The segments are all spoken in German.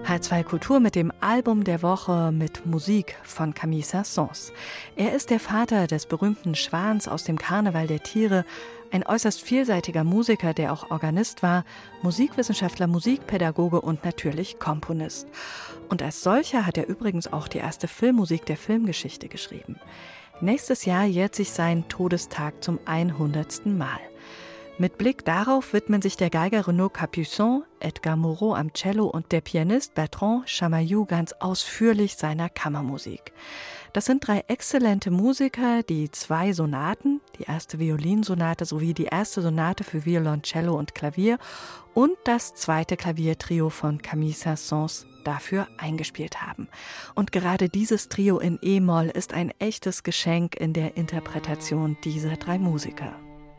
H2 Kultur mit dem Album der Woche mit Musik von Camille Saint-Saëns. Er ist der Vater des berühmten Schwans aus dem Karneval der Tiere, ein äußerst vielseitiger Musiker, der auch Organist war, Musikwissenschaftler, Musikpädagoge und natürlich Komponist. Und als solcher hat er übrigens auch die erste Filmmusik der Filmgeschichte geschrieben. Nächstes Jahr jährt sich sein Todestag zum 100. Mal. Mit Blick darauf widmen sich der Geiger Renaud Capuçon, Edgar Moreau am Cello und der Pianist Bertrand Chamayou ganz ausführlich seiner Kammermusik. Das sind 3 exzellente Musiker, die 2 Sonaten, die erste Violinsonate sowie die erste Sonate für Violoncello und Klavier und das 2. Klaviertrio von Camille Saint-Saëns dafür eingespielt haben. Und gerade dieses Trio in E-Moll ist ein echtes Geschenk in der Interpretation dieser 3 Musiker.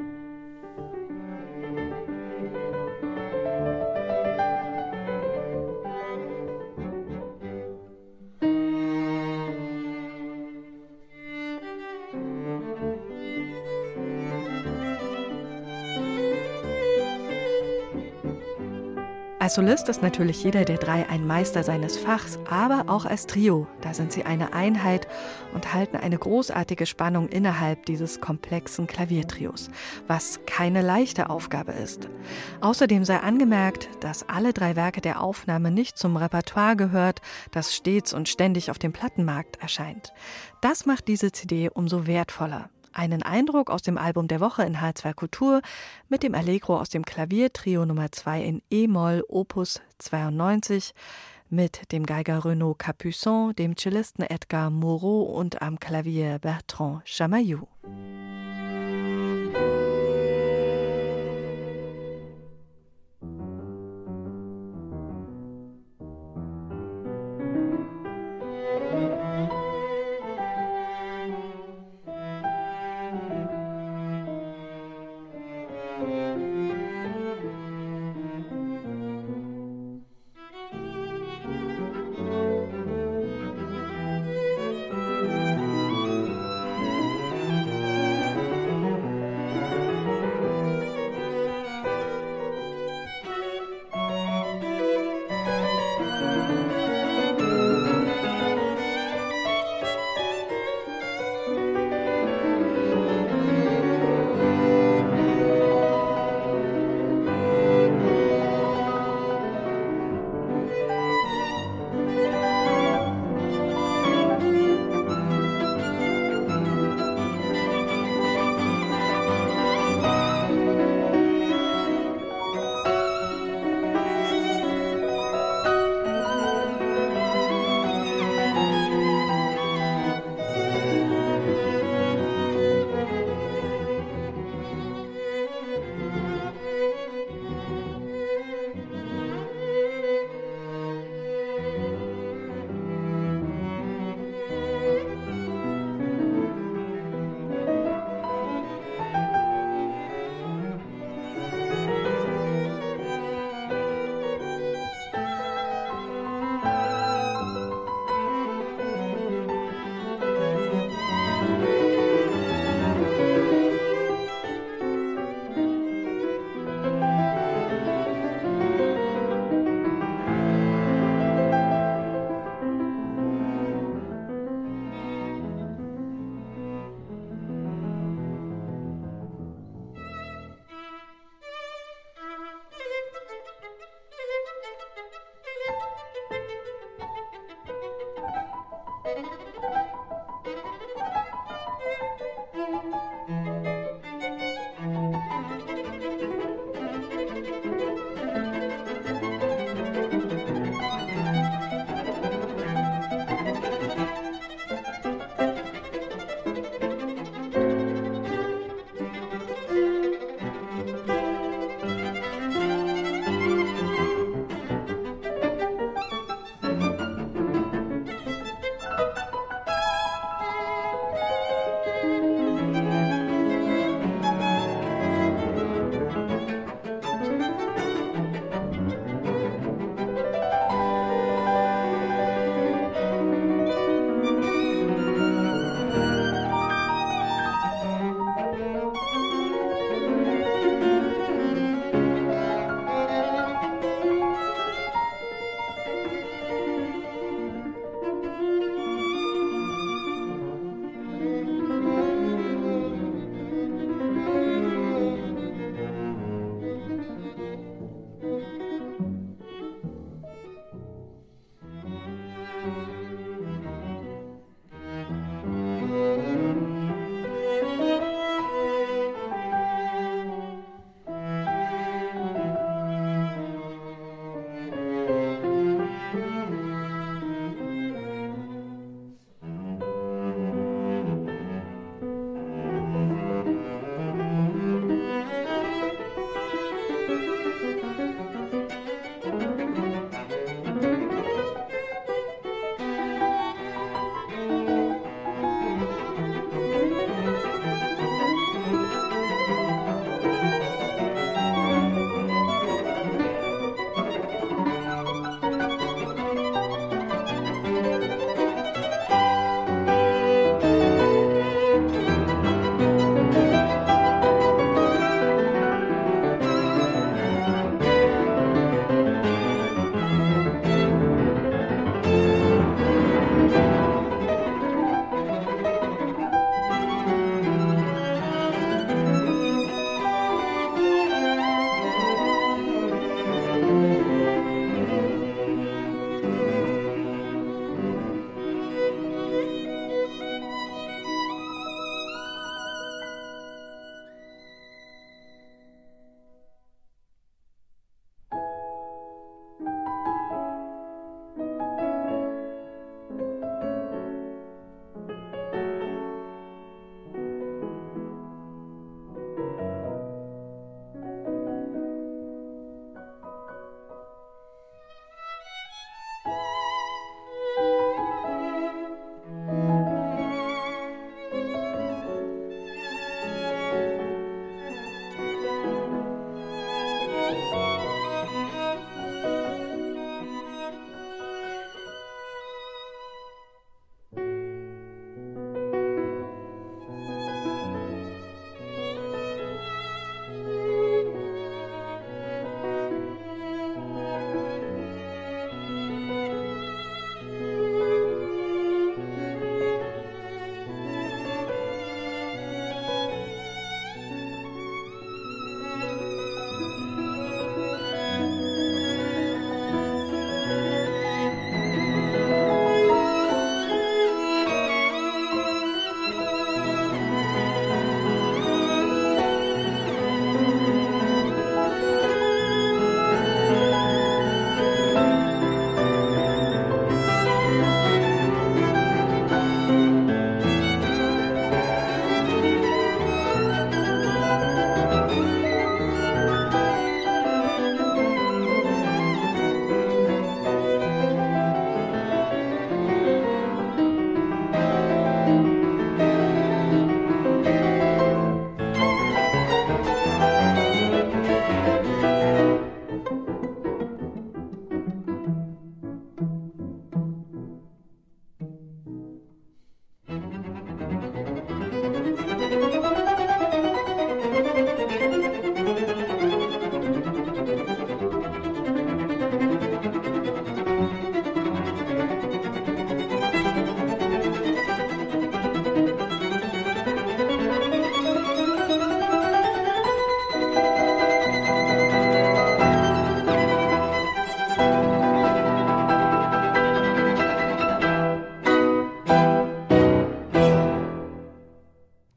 Als Solist ist natürlich jeder der 3 ein Meister seines Fachs, aber auch als Trio, da sind sie eine Einheit und halten eine großartige Spannung innerhalb dieses komplexen Klaviertrios, was keine leichte Aufgabe ist. Außerdem sei angemerkt, dass alle 3 Werke der Aufnahme nicht zum Repertoire gehört, das stets und ständig auf dem Plattenmarkt erscheint. Das macht diese CD umso wertvoller. Einen Eindruck aus dem Album der Woche in H2 Kultur mit dem Allegro aus dem Klaviertrio Nummer 2 in E-Moll Opus 92 mit dem Geiger Renaud Capuçon, dem Cellisten Edgar Moreau und am Klavier Bertrand Chamayou.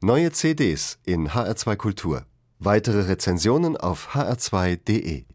Neue CDs in HR2 Kultur. Weitere Rezensionen auf hr2.de